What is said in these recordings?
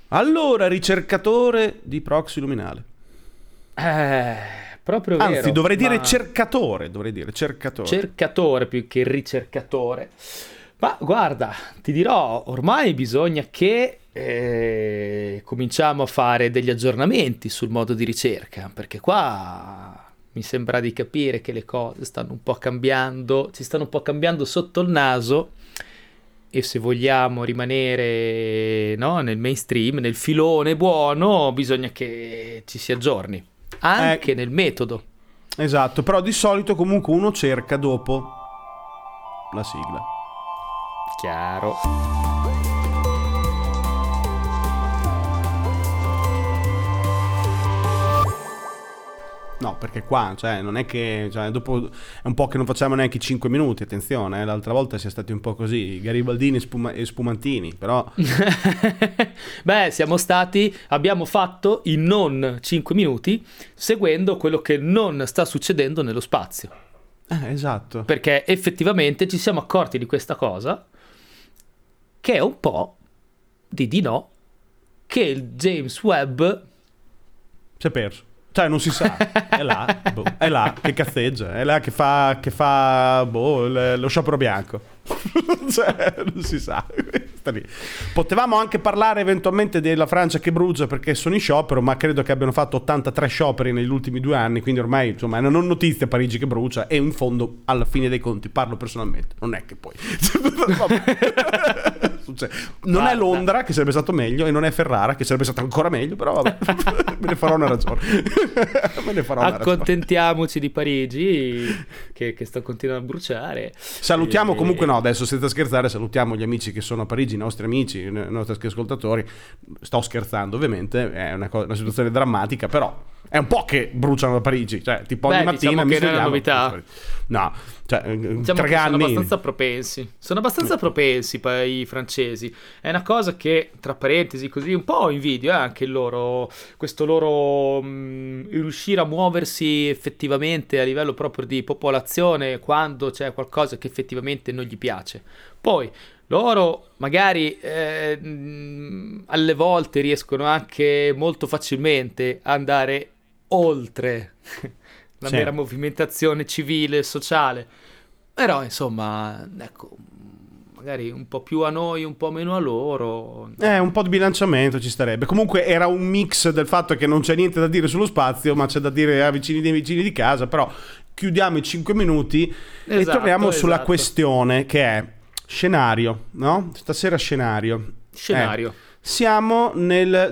Allora, ricercatore di proxy luminale. Proprio vero. Anzi, dovrei dire cercatore. Cercatore più che ricercatore. Ma guarda, ti dirò, ormai bisogna che cominciamo a fare degli aggiornamenti sul modo di ricerca, perché qua mi sembra di capire che le cose stanno un po' cambiando, ci stanno un po' cambiando sotto il naso, e se vogliamo rimanere, no, nel mainstream, nel filone buono, bisogna che ci si aggiorni, anche nel metodo. Esatto, però di solito comunque uno cerca dopo la sigla. Chiaro. No, perché qua, cioè, non è che, cioè, dopo è un po' che non facciamo neanche 5 minuti, attenzione, l'altra volta sia stati un po' così, garibaldini e spumantini, però... Beh, abbiamo fatto i non 5 minuti seguendo quello che non sta succedendo nello spazio. Esatto. Perché effettivamente ci siamo accorti di questa cosa, che è un po' di no, che il James Webb si è perso. Cioè non si sa, è là che cazzeggia, è là che fa lo sciopero bianco. Cioè non si sa. Potevamo anche parlare eventualmente della Francia che brucia perché sono in sciopero, ma credo che abbiano fatto 83 scioperi negli ultimi 2 anni, quindi ormai insomma è una non notizia Parigi che brucia, e in fondo alla fine dei conti parlo personalmente, non è che poi non è Londra che sarebbe stato meglio, e non è Ferrara che sarebbe stato ancora meglio, però vabbè, me ne farò una ragione. Accontentiamoci di Parigi che sta continuando a bruciare. Salutiamo comunque, no, adesso senza scherzare, salutiamo gli amici che sono a Parigi, i nostri amici, i nostri ascoltatori. Sto scherzando ovviamente, è una situazione drammatica, però è un po' che bruciano a Parigi, cioè tipo ogni mattina diciamo che non è una novità. No, cioè diciamo che sono abbastanza propensi i francesi. È una cosa che, tra parentesi, così un po' invidio anche questo loro riuscire a muoversi effettivamente a livello proprio di popolazione quando c'è qualcosa che effettivamente non gli piace. Poi loro magari alle volte riescono anche molto facilmente ad andare oltre la mera movimentazione civile e sociale, però insomma, ecco, magari un po' più a noi, un po' meno a loro. Un po' di bilanciamento ci starebbe. Comunque era un mix del fatto che non c'è niente da dire sullo spazio, ma c'è da dire ai vicini dei vicini di casa. Però chiudiamo i 5 minuti e torniamo sulla questione che è scenario, no? Stasera scenario. Siamo nel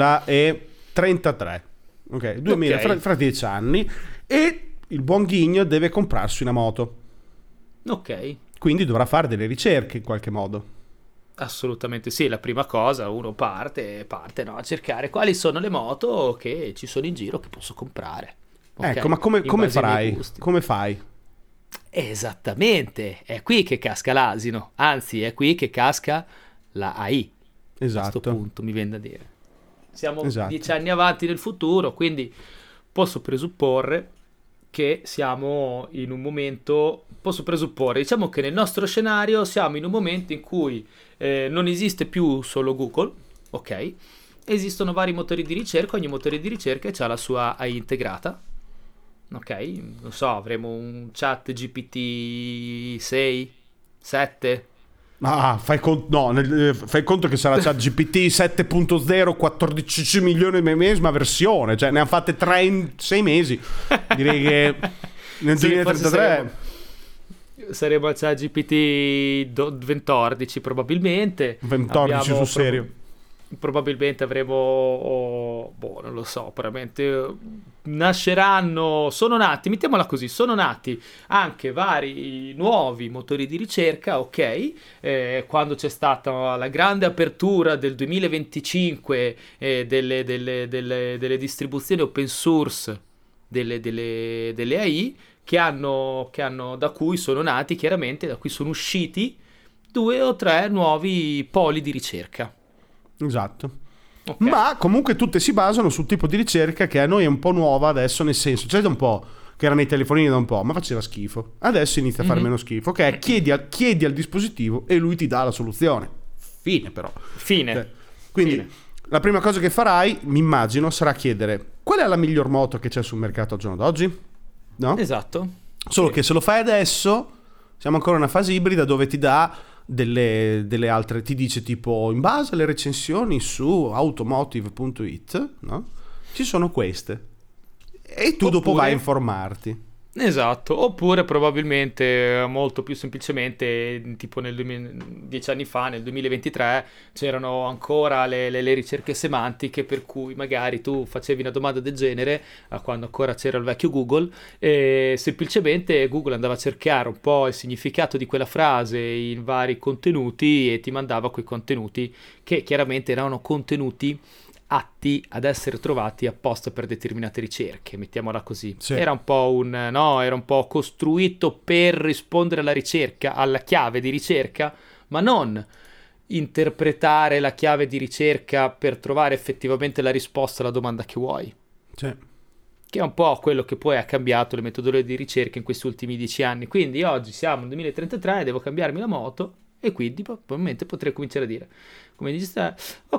2033, ok? Fra 10 anni, e il buon Ghigno deve comprarsi una moto. Ok. Quindi dovrà fare delle ricerche in qualche modo. Assolutamente sì, la prima cosa, uno parte no, a cercare quali sono le moto che ci sono in giro che posso comprare. Okay? Ecco, ma come farai? Come fai? Esattamente, è qui che casca l'asino, anzi è qui che casca la AI. Esatto. A questo punto mi viene da dire. Siamo 10 anni avanti nel futuro, quindi posso presupporre che siamo in un momento, diciamo che nel nostro scenario siamo in un momento in cui non esiste più solo Google, ok? Esistono vari motori di ricerca, ogni motore di ricerca ha la sua AI integrata, ok? Non so, avremo un chat GPT 6, 7... fai conto che sarà chat GPT 7.0 14 milioni di medesima versione, cioè ne hanno fatte 3 in 6 mesi. Direi che nel 2033 saremo a chat GPT 14 probabilmente. 14 sul serio. Probabilmente avremo non lo so, probabilmente sono nati anche vari nuovi motori di ricerca, ok? Quando c'è stata la grande apertura del 2025 delle distribuzioni open source delle AI da cui sono nati, chiaramente da cui sono usciti 2 o 3 nuovi poli di ricerca. Esatto. Okay. Ma comunque tutte si basano sul tipo di ricerca che a noi è un po' nuova adesso, nel senso, c'è da un po' che era nei telefonini da un po', ma faceva schifo. Adesso inizia a fare meno schifo. Ok, chiedi al dispositivo e lui ti dà la soluzione. Fine però. Fine. Quindi Fine. la prima cosa che farai, mi immagino, sarà chiedere qual è la miglior moto che c'è sul mercato al giorno d'oggi, no? Esatto. Solo Sì. che se lo fai adesso, siamo ancora in una fase ibrida dove ti dà delle altre, ti dice tipo in base alle recensioni su automotive.it, no? Ci sono queste e tu dopo vai a informarti. Esatto, oppure probabilmente molto più semplicemente, tipo 10 anni fa, nel 2023, c'erano ancora le ricerche semantiche per cui magari tu facevi una domanda del genere, quando ancora c'era il vecchio Google, e semplicemente Google andava a cercare un po' il significato di quella frase in vari contenuti e ti mandava quei contenuti che chiaramente erano contenuti atti ad essere trovati apposta per determinate ricerche, mettiamola così. Sì. Era un po' era un po' costruito per rispondere alla ricerca, alla chiave di ricerca, ma non interpretare la chiave di ricerca per trovare effettivamente la risposta alla domanda che vuoi. Sì. Che è un po' quello che poi ha cambiato le metodologie di ricerca in questi ultimi 10 anni. Quindi oggi siamo nel 2033 e devo cambiarmi la moto, e quindi probabilmente potrei cominciare a dire, come dici te,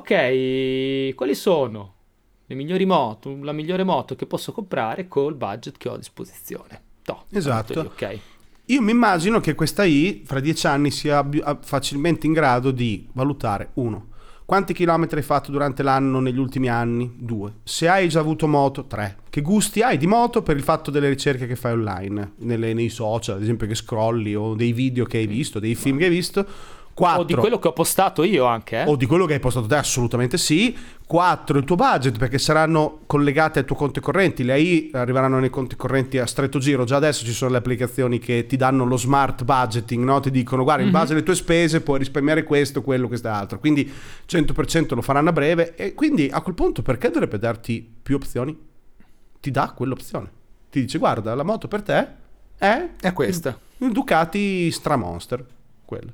ok, quali sono le migliori moto, la migliore moto che posso comprare col budget che ho a disposizione. Esatto. Ok. Io mi immagino che questa I fra 10 anni sia facilmente in grado di valutare: 1. Quanti chilometri hai fatto durante l'anno negli ultimi anni? 2. Se hai già avuto moto? 3. Che gusti hai di moto per il fatto delle ricerche che fai online, nei social, ad esempio, che scrolli, o dei video che hai visto, dei film che hai visto. 4. O di quello che ho postato io anche. O di quello che hai postato te, assolutamente sì. 4. Il tuo budget, perché saranno collegate al tuo conto corrente. Le AI arriveranno nei conti correnti a stretto giro. Già adesso ci sono le applicazioni che ti danno lo smart budgeting, no? Ti dicono: guarda, in base alle tue spese puoi risparmiare questo, quello, quest'altro. Quindi 100% lo faranno a breve. E quindi a quel punto perché dovrebbe darti più opzioni? Ti dà quell'opzione. Ti dice: guarda, la moto per te È questa. il Ducati Stramonster. Quello.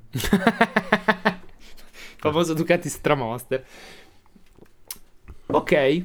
Famoso Ducati Stramonster. Ok.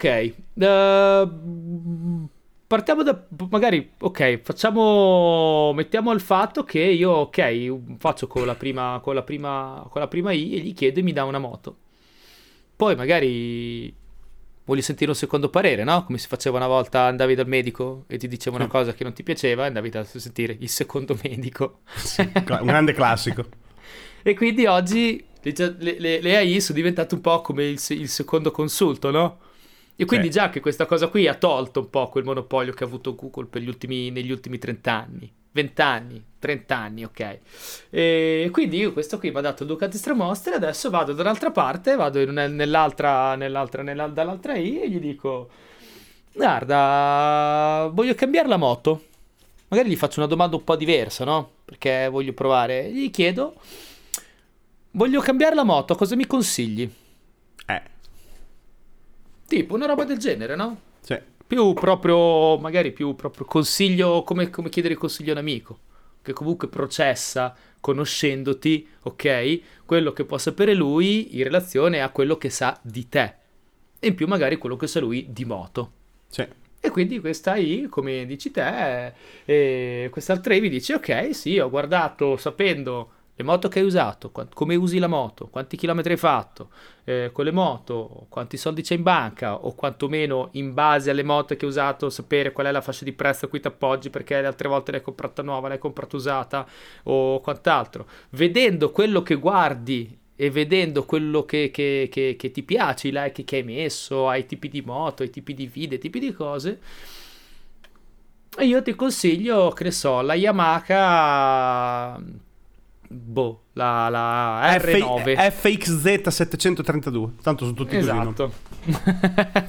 Partiamo da magari, ok, mettiamo il fatto che io, ok, faccio con la prima I e gli chiedo e mi dà una moto. Poi magari voglio sentire un secondo parere, no? Come si faceva una volta, andavi dal medico e ti diceva una cosa che non ti piaceva e andavi a sentire il secondo medico. Un grande classico. E quindi oggi le AI sono diventate un po' come il secondo consulto, no? E quindi già che questa cosa qui ha tolto un po' quel monopolio che ha avuto Google negli ultimi 30 anni, 20 anni, 30 anni, ok. E quindi io questo qui mi ha dato il Ducati Stramonster e adesso vado da un'altra parte, vado dall'altra I e gli dico: guarda, voglio cambiare la moto. Magari gli faccio una domanda un po' diversa, no? Perché voglio provare. Gli chiedo: voglio cambiare la moto, cosa mi consigli? Tipo una roba del genere, no? Sì. Più proprio consiglio, come chiedere consiglio a un amico, che comunque processa, conoscendoti, ok, quello che può sapere lui in relazione a quello che sa di te, e in più magari quello che sa lui di moto. Sì. E quindi questa I, come dici te, e quest'altra I mi dice: ok, sì, ho guardato sapendo le moto che hai usato, come usi la moto, quanti chilometri hai fatto, con le moto, quanti soldi c'è in banca, o quantomeno in base alle moto che hai usato sapere qual è la fascia di prezzo a cui ti appoggi perché le altre volte l'hai comprata nuova, l'hai comprata usata o quant'altro. Vedendo quello che guardi e vedendo quello che ti piace, i like che hai messo, ai tipi di moto, ai tipi di video, ai tipi di cose, e io ti consiglio, che ne so, la Yamaha... la R9 FXZ 732. Tanto sono tutti esatto. Così, no?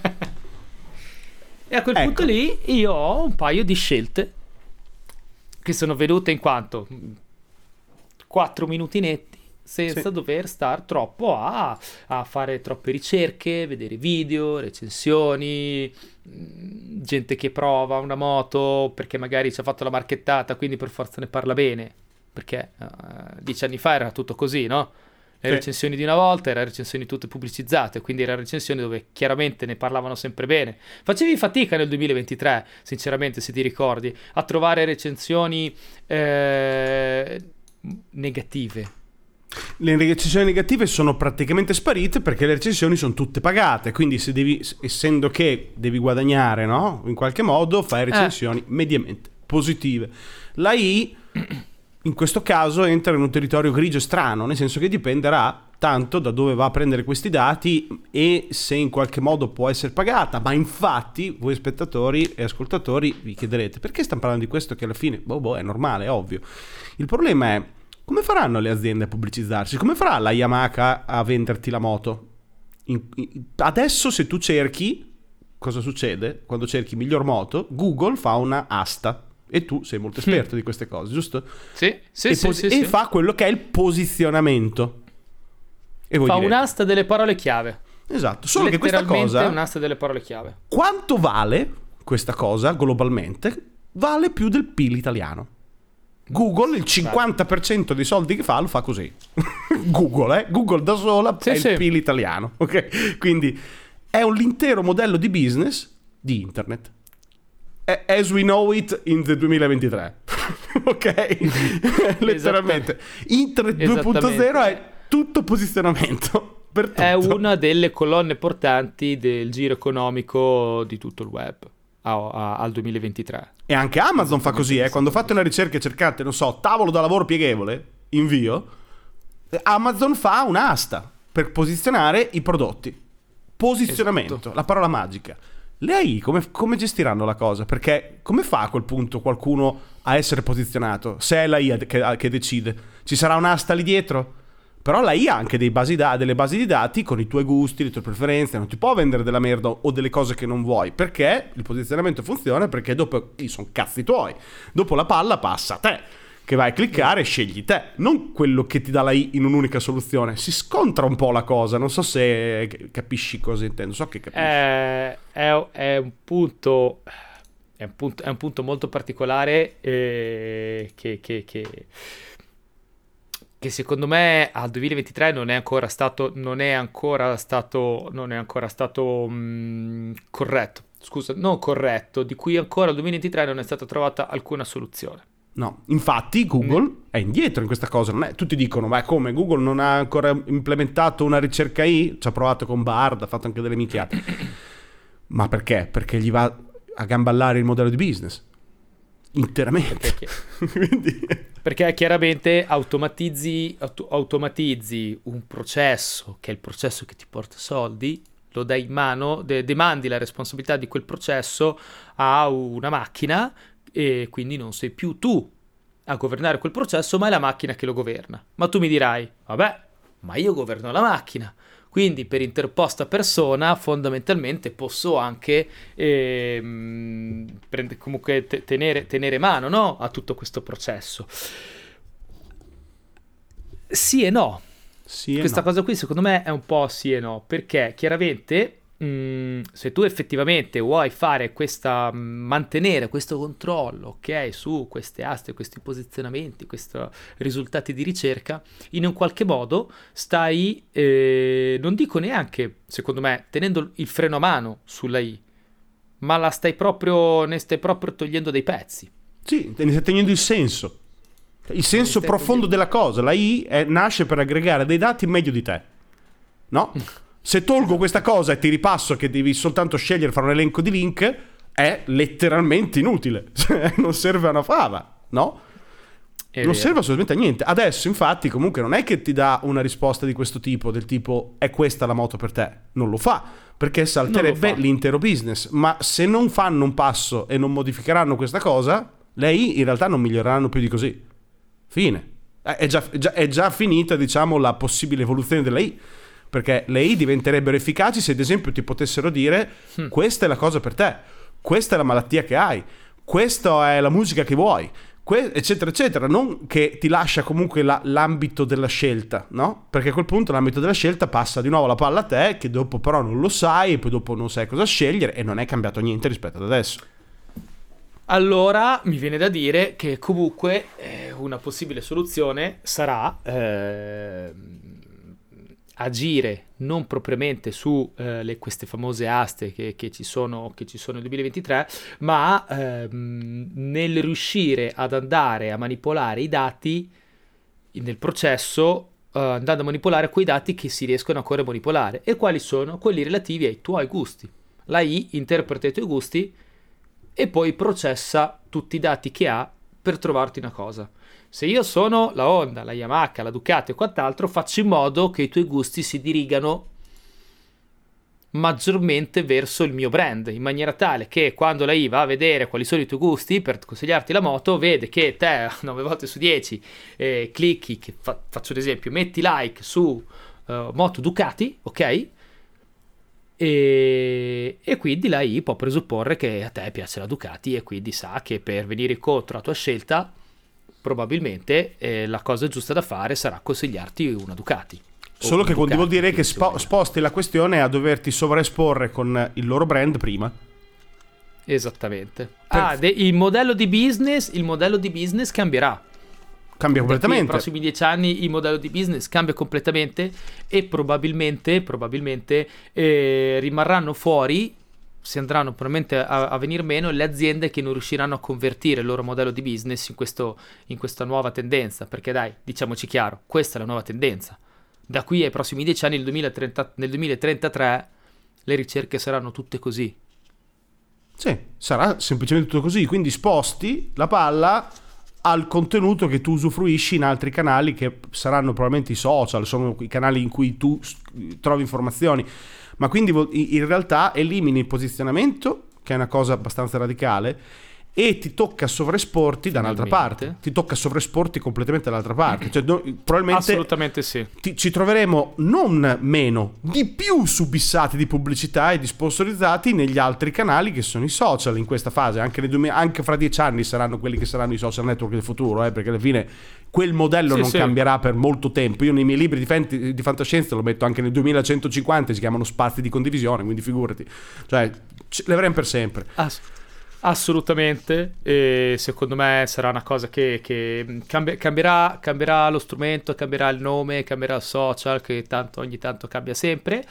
E a quel punto lì io ho un paio di scelte che sono venute in quanto 4 minuti netti senza dover star troppo a fare troppe ricerche, vedere video, recensioni, gente che prova una moto perché magari ci ha fatto la marchettata, quindi per forza ne parla bene. Perché 10 anni fa era tutto così, no? Le recensioni di una volta erano recensioni tutte pubblicizzate, quindi erano recensioni dove chiaramente ne parlavano sempre bene. Facevi fatica nel 2023, sinceramente, se ti ricordi, a trovare recensioni negative. Le recensioni negative sono praticamente sparite perché le recensioni sono tutte pagate, quindi se devi, essendo che devi guadagnare, no? In qualche modo fai recensioni mediamente positive. La I in questo caso entra in un territorio grigio e strano, nel senso che dipenderà tanto da dove va a prendere questi dati e se in qualche modo può essere pagata. Ma infatti voi spettatori e ascoltatori vi chiederete perché stanno parlando di questo, che alla fine è normale, è ovvio. Il problema è come faranno le aziende a pubblicizzarsi? Come farà la Yamaha a venderti la moto? Adesso se tu cerchi, cosa succede? Quando cerchi miglior moto, Google fa una asta. E tu sei molto esperto di queste cose, giusto? Sì. E fa quello che è il posizionamento. E voi fa direte, un'asta delle parole chiave. Esatto, solo che questa cosa... è un'asta delle parole chiave. Quanto vale questa cosa globalmente? Vale più del PIL italiano. Google il 50% dei soldi che fa lo fa così. Google da sola è il PIL italiano, ok? Quindi è l'intero modello di business di internet. As we know it in the 2023. Ok? Letteralmente. Internet 2.0 è tutto posizionamento. Per tutto. È una delle colonne portanti del giro economico di tutto il web al 2023. E anche Amazon fa così, quando fate una ricerca e cercate, non so, tavolo da lavoro pieghevole, invio, Amazon fa un'asta per posizionare i prodotti. Posizionamento, esatto. La parola magica. Le AI come gestiranno la cosa? Perché come fa a quel punto qualcuno a essere posizionato? Se è la IA che decide, ci sarà un'asta lì dietro? Però la IA ha anche delle basi di dati con i tuoi gusti, le tue preferenze, non ti può vendere della merda o delle cose che non vuoi, perché il posizionamento funziona perché dopo sono cazzi tuoi. Dopo la palla passa a te, che vai a cliccare e scegli te, non quello che ti dà la I in un'unica soluzione. Si scontra un po' la cosa, non so se capisci cosa intendo, so che capisci. È un punto molto particolare che secondo me al 2023 non è ancora stato corretto. Scusa, non corretto, di cui ancora al 2023 non è stata trovata alcuna soluzione. No, infatti Google è indietro in questa cosa, non è? Tutti dicono, ma come Google non ha ancora implementato una ricerca I? Ci ha provato con Bard, ha fatto anche delle minchiate. Ma perché? Perché gli va a gamballare il modello di business interamente. Perché chiaramente automatizzi un processo che è il processo che ti porta soldi, lo dai in mano, demandi la responsabilità di quel processo a una macchina e quindi non sei più tu a governare quel processo, ma è la macchina che lo governa. Ma tu mi dirai, vabbè, ma io governo la macchina, quindi per interposta persona fondamentalmente posso anche comunque tenere mano, no? A tutto questo processo. Sì e no. Questa cosa qui secondo me è un po' sì e no, perché chiaramente se tu effettivamente vuoi fare mantenere questo controllo, ok, su queste aste, questi posizionamenti, questi risultati di ricerca, in un qualche modo stai, non dico neanche, secondo me, tenendo il freno a mano sulla I, ma ne stai proprio togliendo dei pezzi. Sì, ne stai togliendo il senso. Il senso profondo della cosa. La I nasce per aggregare dei dati meglio di te, no? Se tolgo questa cosa e ti ripasso che devi soltanto scegliere, fare un elenco di link, è letteralmente inutile. Non serve a una fava, no? Non serve assolutamente a niente. Adesso infatti comunque non è che ti dà una risposta di questo tipo, del tipo è questa la moto per te. Non lo fa, perché salterebbe l'intero business. Ma se non fanno un passo e non modificheranno questa cosa, lei in realtà non miglioreranno più di così. Fine. È già finita, diciamo, la possibile evoluzione della I. Perché le I diventerebbero efficaci se ad esempio ti potessero dire questa è la cosa per te, questa è la malattia che hai, questa è la musica che vuoi, eccetera eccetera, non che ti lascia comunque l'ambito della scelta, no? Perché a quel punto l'ambito della scelta passa di nuovo la palla a te, che dopo però non lo sai e poi dopo non sai cosa scegliere e non è cambiato niente rispetto ad adesso. Allora mi viene da dire che comunque una possibile soluzione sarà agire non propriamente su queste famose aste che ci sono nel 2023, ma nel riuscire ad andare a manipolare i dati nel processo andando a manipolare quei dati che si riescono ancora a manipolare. E quali sono? Quelli relativi ai tuoi gusti. La I interpreta i tuoi gusti e poi processa tutti i dati che ha per trovarti una cosa. Se io sono la Honda, la Yamaha, la Ducati o quant'altro, faccio in modo che i tuoi gusti si dirigano maggiormente verso il mio brand, in maniera tale che quando la I va a vedere quali sono i tuoi gusti per consigliarti la moto, vede che te 9 volte su 10 clicchi, faccio un esempio, metti like su moto Ducati, ok? E quindi la I può presupporre che a te piace la Ducati e quindi sa che per venire incontro alla tua scelta probabilmente la cosa giusta da fare sarà consigliarti una Ducati. Solo che vuol dire che sposti la questione a doverti sovraesporre con il loro brand prima. Esattamente. Il modello di business cambierà. Cambia completamente. Nei prossimi 10 anni il modello di business cambia completamente e probabilmente rimarranno fuori, si andranno probabilmente a venir meno le aziende che non riusciranno a convertire il loro modello di business in questa nuova tendenza, perché dai, diciamoci chiaro, questa è la nuova tendenza. Da qui ai prossimi 10 anni, nel 2033, le ricerche saranno tutte così. Sì, sarà semplicemente tutto così, quindi sposti la palla al contenuto che tu usufruisci in altri canali che saranno probabilmente i social, sono i canali in cui tu trovi informazioni, ma quindi in realtà elimini il posizionamento, che è una cosa abbastanza radicale, e ti tocca sovraesporti da un'altra parte, ti tocca sovraesporti completamente dall'altra parte, cioè probabilmente assolutamente sì. Ci troveremo non meno, di più subissati di pubblicità e di sponsorizzati negli altri canali che sono i social in questa fase, anche fra 10 anni saranno quelli che saranno i social network del futuro, perché alla fine quel modello non cambierà per molto tempo. Io nei miei libri di fantascienza lo metto anche nel 2150, si chiamano spazi di condivisione, quindi figurati, cioè le avremo per sempre. Assolutamente, e secondo me sarà una cosa che cambierà lo strumento, cambierà il nome, cambierà il social, che ogni tanto cambia sempre,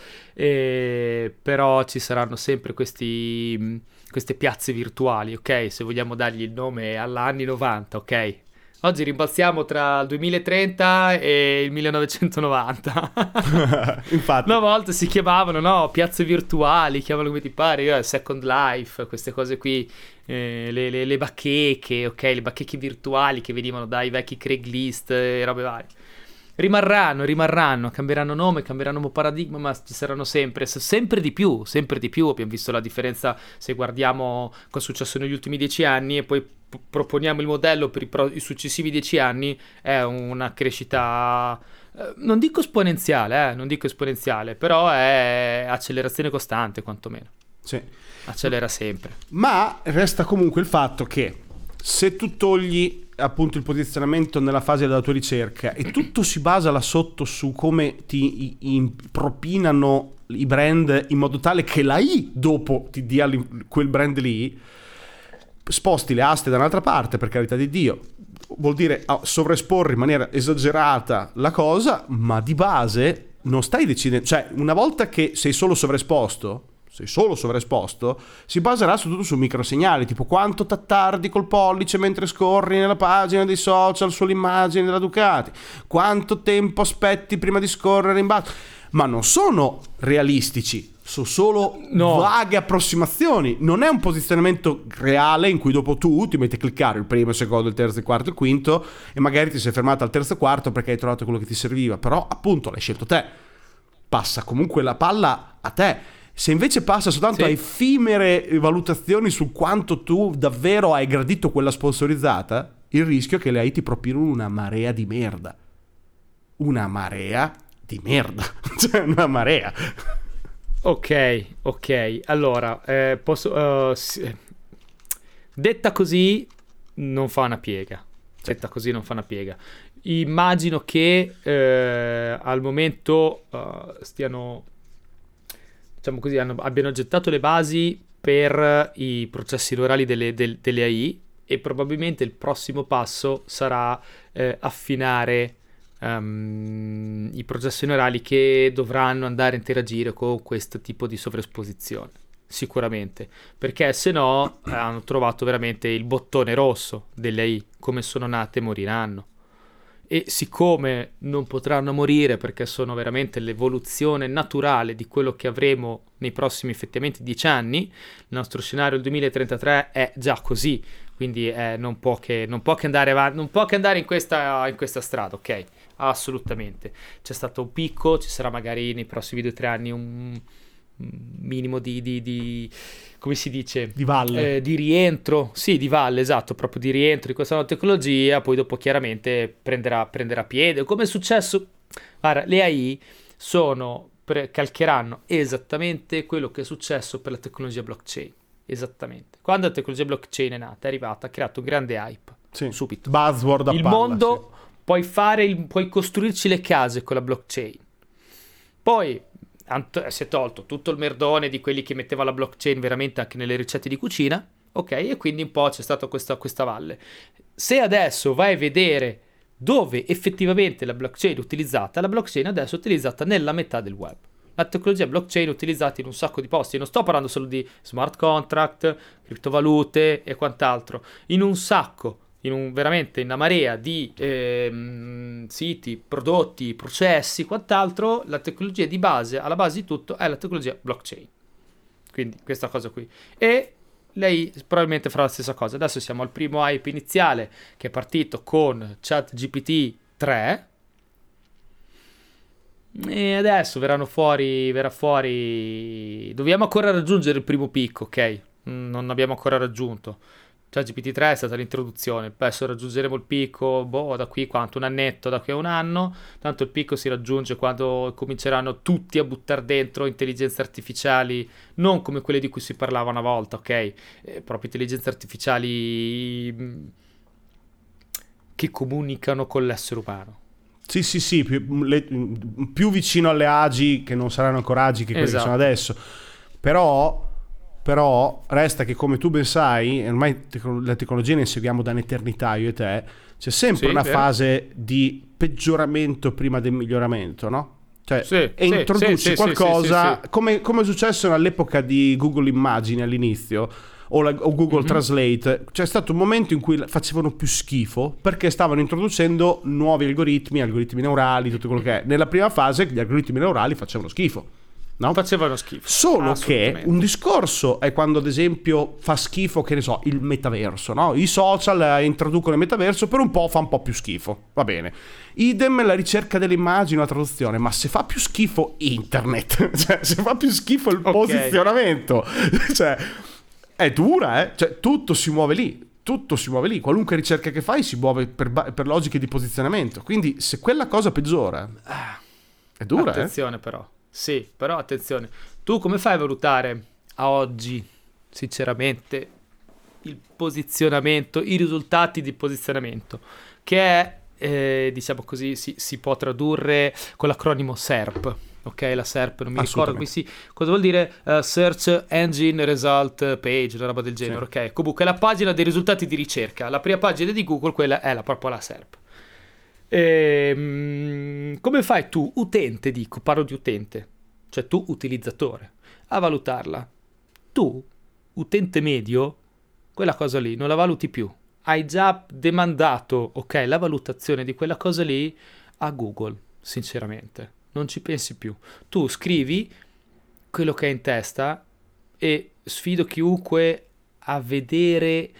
però ci saranno sempre queste piazze virtuali, ok? Se vogliamo dargli il nome all'anni 90, ok? Oggi rimbalziamo tra il 2030 e il 1990. Infatti. Una volta si chiamavano, piazze virtuali, chiamavano come ti pare, Second Life, queste cose qui, le bacheche, ok? Le bacheche virtuali che venivano dai vecchi Craigslist e robe varie. Rimarranno, cambieranno nome, cambieranno paradigma, ma ci saranno sempre di più. Abbiamo visto la differenza se guardiamo cosa è successo negli ultimi 10 anni e poi proponiamo il modello per i successivi 10 anni. È una crescita, non dico esponenziale, però è accelerazione costante, quantomeno. Sì. Accelera sempre. Ma resta comunque il fatto che se tu togli appunto il posizionamento nella fase della tua ricerca e tutto si basa là sotto su come ti propinano i brand in modo tale che la I dopo ti dia quel brand lì, sposti le aste da un'altra parte, per carità di Dio, vuol dire sovraesporre in maniera esagerata la cosa, ma di base non stai decidendo, cioè una volta che sei solo sovraesposto, si baserà tutto su microsegnali, tipo quanto t'attardi col pollice mentre scorri nella pagina dei social sull'immagine della Ducati, quanto tempo aspetti prima di scorrere in basso, ma non sono realistici, sono solo vaghe approssimazioni, non è un posizionamento reale in cui dopo tu ti metti a cliccare il primo, il secondo, il terzo, il quarto, il quinto e magari ti sei fermato al terzo e quarto perché hai trovato quello che ti serviva, però appunto l'hai scelto te, passa comunque la palla a te. Se invece passa soltanto a effimere valutazioni su quanto tu davvero hai gradito quella sponsorizzata, il rischio è che le AI ti propinano una marea di merda. Una marea di merda. Cioè una marea. Ok. Allora, detta così non fa una piega. Immagino che al momento stiano... diciamo così, abbiano gettato le basi per i processi neurali delle AI e probabilmente il prossimo passo sarà affinare i processi neurali che dovranno andare a interagire con questo tipo di sovraesposizione, sicuramente, perché se no hanno trovato veramente il bottone rosso delle AI, come sono nate moriranno. e siccome non potranno morire perché sono veramente l'evoluzione naturale di quello che avremo nei prossimi effettivamente 10 anni, il nostro scenario del 2033 è già così, quindi non può che andare avanti, non può che andare in questa strada, ok? Assolutamente. C'è stato un picco, ci sarà magari nei prossimi 2 o 3 anni un minimo di come si dice? Di valle. Di rientro, sì, di valle, esatto, proprio di rientro di questa nuova tecnologia, poi dopo chiaramente prenderà piede, come è successo. Guarda, le AI calcheranno esattamente quello che è successo per la tecnologia blockchain, esattamente. Quando la tecnologia blockchain è nata, è arrivata, ha creato un grande hype, Sì. subito. Buzzword a Il palla, mondo, puoi costruirci le case con la blockchain. Poi si è tolto tutto il merdone di quelli che metteva la blockchain veramente anche nelle ricette di cucina, ok? E quindi un po' c'è stata questa valle. Se adesso vai a vedere dove effettivamente la blockchain è utilizzata, la blockchain adesso è utilizzata nella metà del web. La tecnologia blockchain è utilizzata in un sacco di posti, non sto parlando solo di smart contract, criptovalute e quant'altro, veramente in una marea di siti, prodotti, processi, quant'altro. La tecnologia di base, alla base di tutto, è la tecnologia blockchain. Quindi questa cosa qui. E lei probabilmente farà la stessa cosa. Adesso siamo al primo hype iniziale che è partito con ChatGPT 3. E adesso verrà fuori. Dobbiamo ancora raggiungere il primo picco, ok? Non abbiamo ancora raggiunto. GPT-3 è stata l'introduzione, adesso raggiungeremo il picco, da qui quanto? Un annetto, da qui a un anno, tanto il picco si raggiunge quando cominceranno tutti a buttare dentro intelligenze artificiali, non come quelle di cui si parlava una volta, ok? Proprio intelligenze artificiali che comunicano con l'essere umano. Sì, più vicino alle AGI, che non saranno ancora AGI che quelle che sono adesso, però resta che, come tu ben sai, ormai la tecnologia ne seguiamo da un'eternità, io e te, c'è sempre una fase di peggioramento prima del miglioramento, no? Cioè, introduci qualcosa, come è successo all'epoca di Google Immagini all'inizio, o Google Translate. C'è stato un momento in cui facevano più schifo perché stavano introducendo nuovi algoritmi neurali, tutto quello che è. Nella prima fase gli algoritmi neurali facevano schifo. No? Facevano schifo. Solo che un discorso è quando, ad esempio, fa schifo, che ne so, il metaverso, no? I social introducono il metaverso, per un po' fa un po' più schifo, va bene. Idem la ricerca delle immagini, la traduzione, ma se fa più schifo internet, cioè se fa più schifo il posizionamento, cioè è dura, Cioè tutto si muove lì. Qualunque ricerca che fai si muove per logiche di posizionamento. Quindi se quella cosa peggiora, è dura. Attenzione però. Sì, però attenzione. Tu come fai a valutare a oggi, sinceramente, il posizionamento, i risultati di posizionamento, che è, diciamo così, si può tradurre con l'acronimo SERP. Ok, la SERP, non mi ricordo cosa vuol dire, Search Engine Result Page, una roba del genere, sì. Ok, comunque è la pagina dei risultati di ricerca, la prima pagina di Google, quella è proprio la SERP. Come fai tu, utente, parlo di utente, cioè tu utilizzatore, a valutarla? Tu, utente medio, quella cosa lì non la valuti più, hai già demandato, ok, la valutazione di quella cosa lì a Google, sinceramente. Non ci pensi più. Tu scrivi quello che hai in testa e sfido chiunque a vedere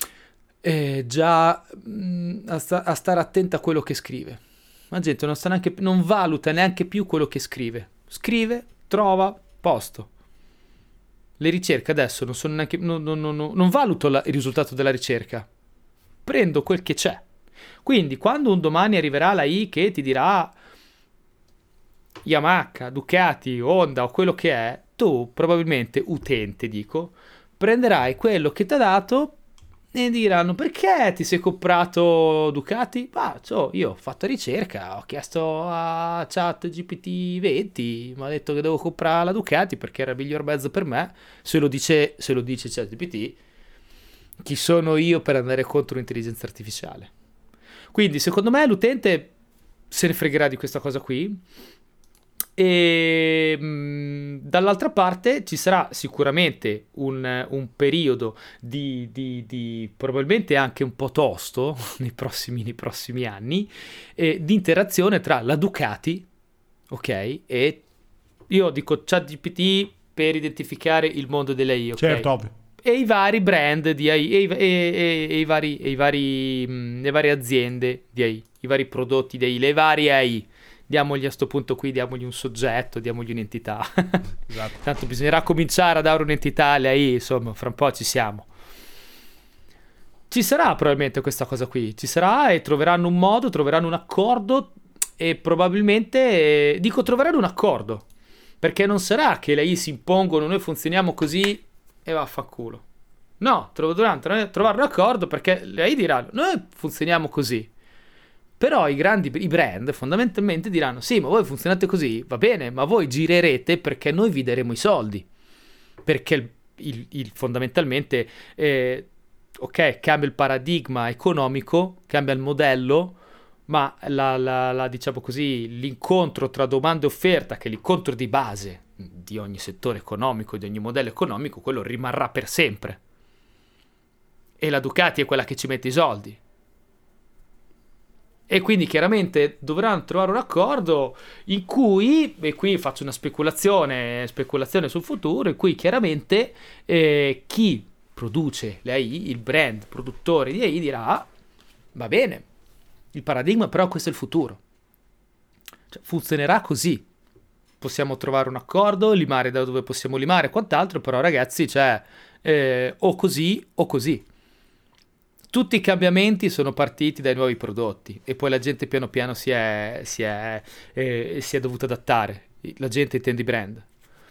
già a stare attenta a quello che scrive. La gente non valuta neanche più quello che scrive. Scrive, trova, posto. Le ricerche adesso non sono neanche non valuto il risultato della ricerca. Prendo quel che c'è. Quindi quando un domani arriverà la I che ti dirà Yamaha, Ducati, Honda o quello che è, tu probabilmente, utente prenderai quello che ti ha dato e diranno: perché ti sei comprato Ducati? Io ho fatto ricerca, ho chiesto a ChatGPT 20, mi ha detto che devo comprare la Ducati perché era il miglior mezzo per me. Se lo dice ChatGPT, chi sono io per andare contro l'intelligenza artificiale? Quindi secondo me l'utente se ne fregherà di questa cosa qui. E dall'altra parte ci sarà sicuramente un periodo di probabilmente anche un po' tosto nei prossimi anni, di interazione tra la Ducati, ok, e io dico ChatGPT per identificare il mondo delle AI, ok? Certo, ovvio. E i vari brand di AI le varie aziende di AI, i vari prodotti di AI, le varie AI. Diamogli a sto punto qui, diamogli un soggetto, diamogli un'entità. Esatto. Tanto bisognerà cominciare a dare un'entità alle AI, insomma, fra un po' ci siamo. Ci sarà probabilmente questa cosa qui, ci sarà e troveranno un modo, troveranno un accordo e probabilmente, dico troveranno un accordo, perché non sarà che le AI si impongono, noi funzioniamo così e vaffanculo. No, dovranno trovare un accordo perché le AI diranno, noi funzioniamo così. Però i brand fondamentalmente diranno, sì, ma voi funzionate così, va bene, ma voi girerete perché noi vi daremo i soldi. Perché fondamentalmente, ok, cambia il paradigma economico, cambia il modello, ma diciamo così, l'incontro tra domanda e offerta, che è l'incontro di base di ogni settore economico, di ogni modello economico, quello rimarrà per sempre. E la Ducati è quella che ci mette i soldi. E quindi chiaramente dovranno trovare un accordo in cui, e qui faccio una speculazione sul futuro, in cui chiaramente chi produce le AI, il brand produttore di AI dirà, ah, va bene, il paradigma però questo è il futuro. Cioè, funzionerà così. Possiamo trovare un accordo, limare da dove possiamo limare e quant'altro, però ragazzi, cioè, o così o così. Tutti i cambiamenti sono partiti dai nuovi prodotti e poi la gente piano piano si è dovuta adattare. La gente intende i brand.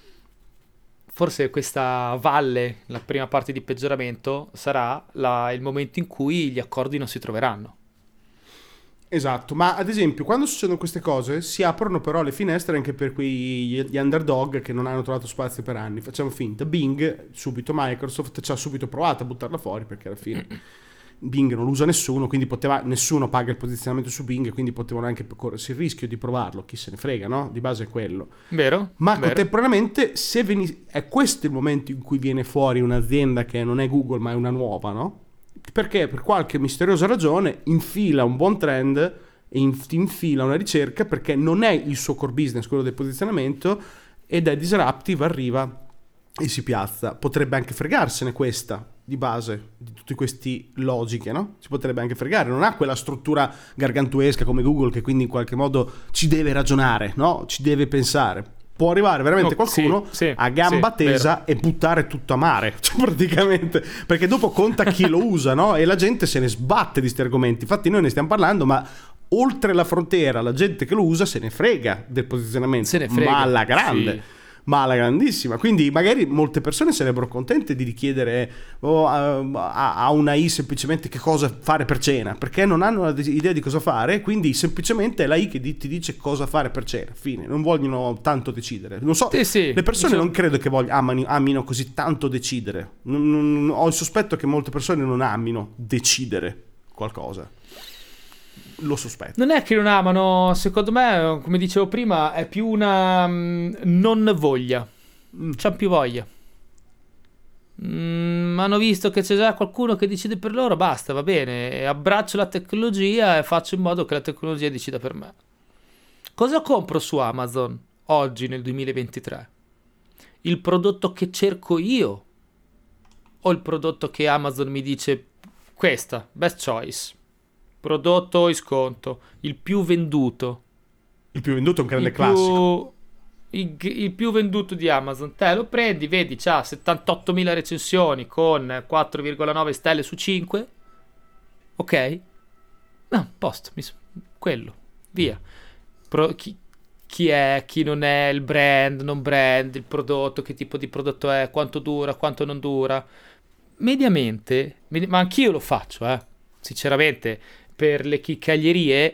Forse questa valle, la prima parte di peggioramento, sarà il momento in cui gli accordi non si troveranno. Esatto, ma ad esempio quando succedono queste cose si aprono però le finestre anche per gli underdog che non hanno trovato spazio per anni. Facciamo finta, Bing, subito Microsoft ci ha subito provato a buttarla fuori perché alla fine Bing non lo usa nessuno, quindi nessuno paga il posizionamento su Bing, quindi potevano anche corrersi il rischio di provarlo, chi se ne frega, no? Di base è quello. Vero? Ma vero. Contemporaneamente è questo il momento in cui viene fuori un'azienda che non è Google ma è una nuova, no? Perché per qualche misteriosa ragione infila un buon trend e infila una ricerca perché non è il suo core business quello del posizionamento ed è disruptive, arriva e si piazza. Potrebbe anche fregarsene questa di base di tutti questi logiche, no? Si potrebbe anche fregare, non ha quella struttura gargantuesca come Google che quindi in qualche modo ci deve ragionare, no? Ci deve pensare. Può arrivare veramente qualcuno a gamba tesa e buttare tutto a mare, cioè, praticamente, perché dopo conta chi lo usa, no? E la gente se ne sbatte di questi argomenti. Infatti noi ne stiamo parlando, ma oltre la frontiera la gente che lo usa se ne frega del posizionamento, se ne frega, ma alla grande. Sì. Ma alla grandissima, quindi magari molte persone sarebbero contente di richiedere a una AI semplicemente che cosa fare per cena, perché non hanno idea di cosa fare, quindi semplicemente è la AI che ti dice cosa fare per cena, fine, non vogliono tanto decidere, non so, sì, le persone non credo che amino così tanto decidere, ho il sospetto che molte persone non amino decidere qualcosa. Lo sospetto. Non è che non amano, secondo me, come dicevo prima, è più una non voglia. C'hanno più voglia. Hanno visto che c'è già qualcuno che decide per loro, basta, va bene. Abbraccio la tecnologia e faccio in modo che la tecnologia decida per me. Cosa compro su Amazon oggi nel 2023? Il prodotto che cerco io o il prodotto che Amazon mi dice questa, best choice? Prodotto in sconto, il più venduto. Il più venduto è un grande classico. Il più venduto di Amazon. Te lo prendi, vedi, c'ha 78.000 recensioni con 4,9 stelle su 5. Ok? No, posto. Quello. Via. Chi è, chi non è, il brand, non brand, il prodotto, che tipo di prodotto è, quanto dura, quanto non dura. Mediamente, ma anch'io lo faccio, sinceramente. Per le chiccaglierie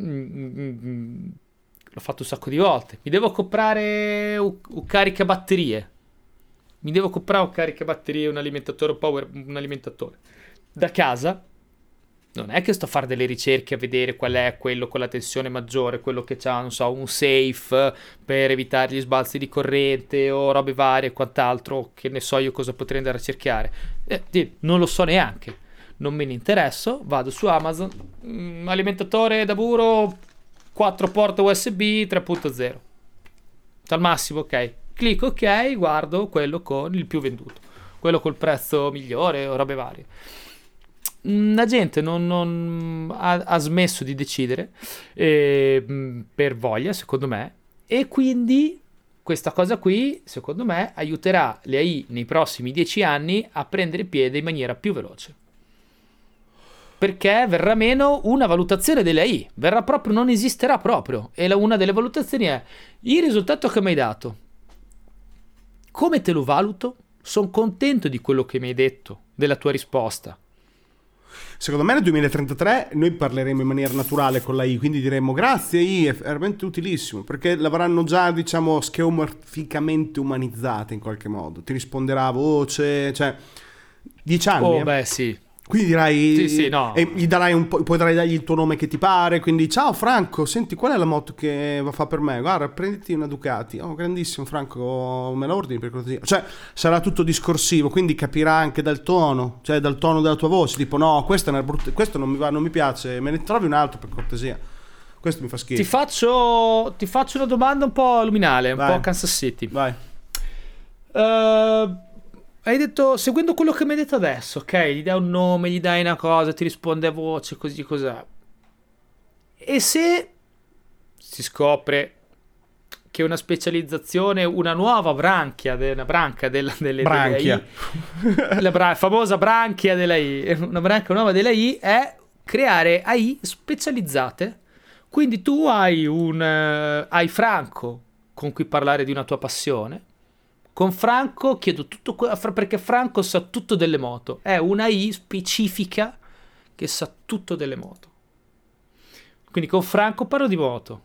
l'ho fatto un sacco di volte. Mi devo comprare un caricabatterie. Un alimentatore power, un alimentatore da casa. Non è che sto a fare delle ricerche a vedere qual è quello con la tensione maggiore, quello che ha, non so, un safe per evitare gli sbalzi di corrente o robe varie e quant'altro, che ne so io cosa potrei andare a cercare. Non lo so neanche, non me ne interesso, vado su Amazon, alimentatore da burro, 4 porte USB 3.0. Al massimo, ok. Clicco ok, guardo quello con il più venduto, quello col prezzo migliore o robe varie. La gente non ha smesso di decidere per voglia, secondo me, e quindi questa cosa qui, secondo me, aiuterà le AI nei prossimi 10 anni a prendere piede in maniera più veloce. Perché verrà meno una valutazione delle AI, non esisterà proprio. E una delle valutazioni è il risultato che mi hai dato. Come te lo valuto? Sono contento di quello che mi hai detto, della tua risposta. Secondo me nel 2033 noi parleremo in maniera naturale con l'AI, quindi diremo grazie AI, è veramente utilissimo, perché l'avranno già, diciamo, schematicamente umanizzata in qualche modo. Ti risponderà a voce, cioè 10 anni. Oh, beh, sì. Quindi dirai, sì, no. E gli darai puoi dargli il tuo nome che ti pare, quindi ciao Franco, senti qual è la moto che fa per me? Guarda, prenditi una Ducati. Oh, grandissimo Franco, me la ordini per cortesia? Cioè, sarà tutto discorsivo, quindi capirà anche dal tono, cioè dal tono della tua voce, tipo no, questo non mi va, non mi piace, me ne trovi un altro per cortesia. Questo mi fa schifo. Ti faccio una domanda un po' luminale, un po' Kansas City. Vai. Hai detto, seguendo quello che mi hai detto adesso, ok? Gli dai un nome, gli dai una cosa, ti risponde a voce, così, cos'è? E se si scopre che una specializzazione, una nuova branchia delle branchia. la famosa branchia dell'AI, una branchia nuova dell'AI è creare AI specializzate. Quindi tu hai Franco con cui parlare di una tua passione. Con Franco chiedo tutto perché Franco sa tutto delle moto. È una AI specifica che sa tutto delle moto. Quindi con Franco parlo di moto.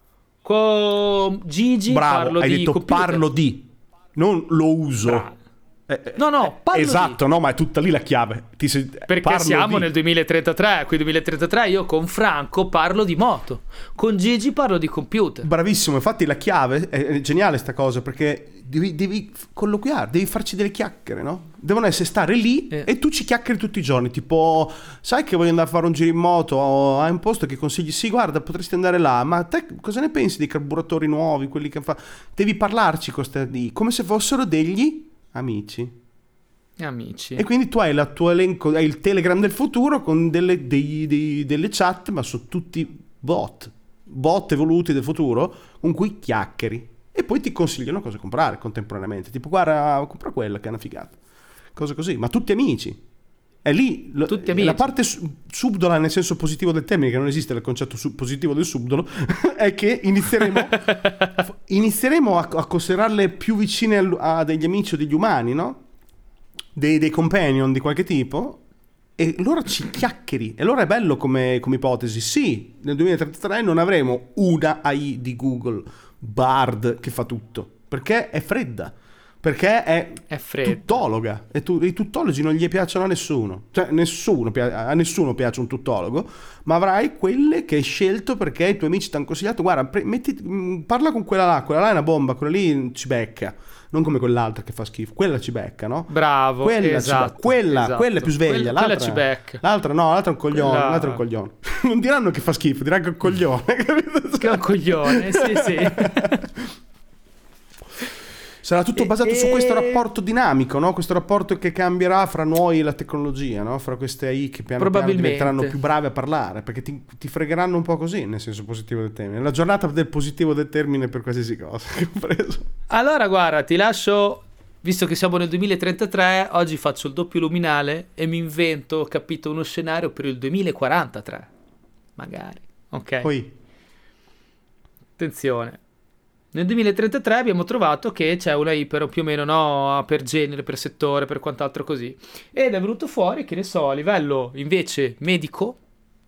Con Gigi parlo hai di detto computer. Parlo di, non lo uso. Bravo. No, parlo esatto, di. no, ma è tutta lì la chiave. Perché siamo nel 2033, qui 2033 io con Franco parlo di moto, con Gigi parlo di computer. Bravissimo, infatti la chiave è geniale sta cosa, perché devi colloquiare, devi farci delle chiacchiere, no? Devono stare lì e tu ci chiacchieri tutti i giorni, tipo sai che voglio andare a fare un giro in moto, hai un posto che consigli, sì guarda potresti andare là, ma te cosa ne pensi dei carburatori nuovi, quelli che fa? Devi parlarci come se fossero degli amici. E quindi tu hai il tuo elenco, hai il Telegram del futuro con delle chat, ma sono tutti bot evoluti del futuro con cui chiacchieri e poi ti consigliano cosa comprare contemporaneamente, tipo guarda compra quella che è una figata, cose così, ma tutti amici. È lì tutti amici. La parte subdola nel senso positivo del termine, che non esiste il concetto positivo del subdolo, è che inizieremo a considerarle più vicine a degli amici o degli umani, no? Dei companion di qualche tipo, e allora ci chiacchieri. E allora è bello come ipotesi. Sì, nel 2033 non avremo una AI di Google, Bard, che fa tutto, perché è fredda. Perché è tuttologa e i tuttologi non gli piacciono a nessuno, cioè a nessuno piace un tuttologo, ma avrai quelle che hai scelto perché i tuoi amici ti hanno consigliato, guarda parla con quella là è una bomba, quella lì ci becca, non come quell'altra che fa schifo, quella ci becca, no? Bravo, quella esatto, quella è più sveglia, quella ci becca. L'altra è un coglione, l'altra è un coglione. Non diranno che fa schifo, diranno che è un coglione, capito? Che è un coglione, sì. Sarà tutto basato su questo rapporto dinamico, no? Questo rapporto che cambierà fra noi e la tecnologia, no? Fra queste AI che piano piano diventeranno più brave a parlare, perché ti fregheranno un po' così, nel senso positivo del termine. La giornata del positivo del termine per qualsiasi cosa che ho preso. Allora guarda, ti lascio, visto che siamo nel 2033, oggi faccio il doppio luminale e mi invento, ho capito, uno scenario per il 2043. Magari, ok? Poi. Attenzione. Nel 2033 abbiamo trovato che c'è una iper più o meno, no, per genere, per settore, per quant'altro così. Ed è venuto fuori, che ne so, a livello invece medico,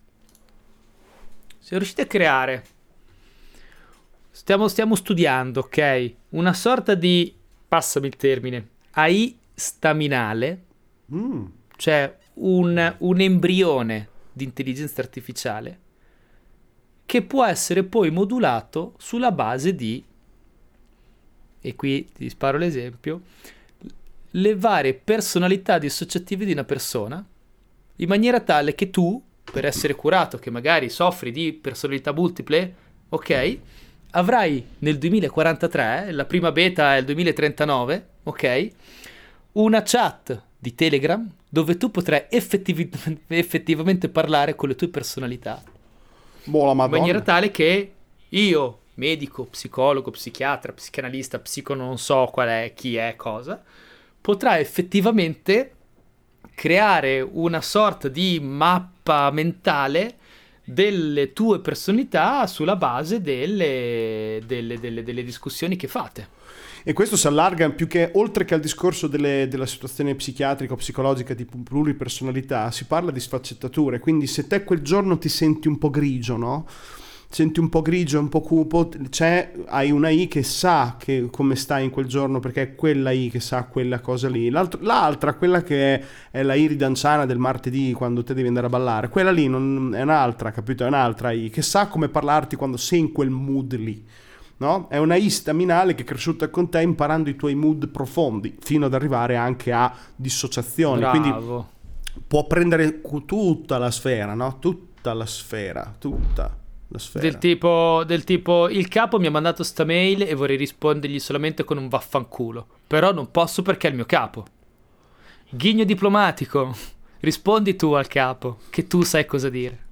siamo riusciti a creare, stiamo studiando, ok? Una sorta di, passami il termine, AI staminale, cioè un embrione di intelligenza artificiale che può essere poi modulato sulla base di, e qui ti sparo l'esempio, le varie personalità dissociative di una persona, in maniera tale che tu, per essere curato, che magari soffri di personalità multiple, ok, avrai nel 2043, la prima beta è il 2039, ok, una chat di Telegram dove tu potrai effettivamente parlare con le tue personalità. Boh, la In Madonna. maniera tale che io, medico, psicologo, psichiatra, psicanalista, non so qual è, chi è, cosa, potrà effettivamente creare una sorta di mappa mentale delle tue personalità sulla base delle discussioni che fate. E questo si allarga più che, oltre che al discorso della situazione psichiatrica o psicologica di pluripersonalità, si parla di sfaccettature. Quindi se te quel giorno ti senti un po' grigio, no? Senti un po' grigio, un po' cupo, hai una I che sa che come stai in quel giorno, perché è quella I che sa quella cosa lì. L'altra, quella che è la I ridanciana del martedì quando te devi andare a ballare, quella lì non è un'altra, capito? È un'altra I che sa come parlarti quando sei in quel mood lì. No? È una I staminale che è cresciuta con te imparando i tuoi mood profondi fino ad arrivare anche a dissociazioni. Bravo. Quindi può prendere tutta la sfera, no? Tutta la sfera. Del tipo il capo mi ha mandato sta mail e vorrei rispondergli solamente con un vaffanculo, però non posso perché è il mio capo. Ghigno diplomatico, rispondi tu al capo che tu sai cosa dire.